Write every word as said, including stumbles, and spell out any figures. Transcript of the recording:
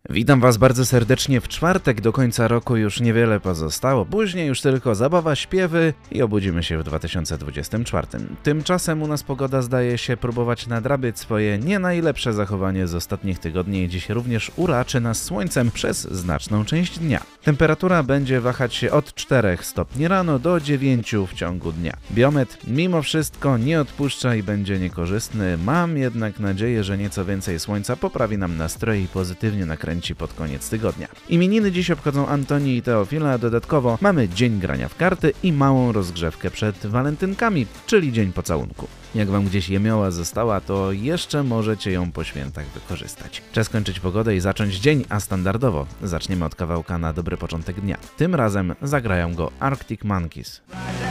Witam Was bardzo serdecznie w czwartek, do końca roku już niewiele pozostało, później już tylko zabawa, śpiewy i obudzimy się w dwa tysiące dwudziestym czwartym. Tymczasem u nas pogoda zdaje się próbować nadrabiać swoje nie najlepsze zachowanie z ostatnich tygodni i dziś również uraczy nas słońcem przez znaczną część dnia. Temperatura będzie wahać się od czterech stopni rano do dziewięciu w ciągu dnia. Biometr mimo wszystko nie odpuszcza i będzie niekorzystny, mam jednak nadzieję, że nieco więcej słońca poprawi nam nastroje i pozytywnie nakręci pod koniec tygodnia. Imieniny dziś obchodzą Antoni i Teofila, a dodatkowo mamy dzień grania w karty i małą rozgrzewkę przed walentynkami, czyli dzień pocałunku. Jak Wam gdzieś jemioła została, to jeszcze możecie ją po świętach wykorzystać. Czas kończyć pogodę i zacząć dzień, a standardowo zaczniemy od kawałka na dobry początek dnia. Tym razem zagrają go Arctic Monkeys.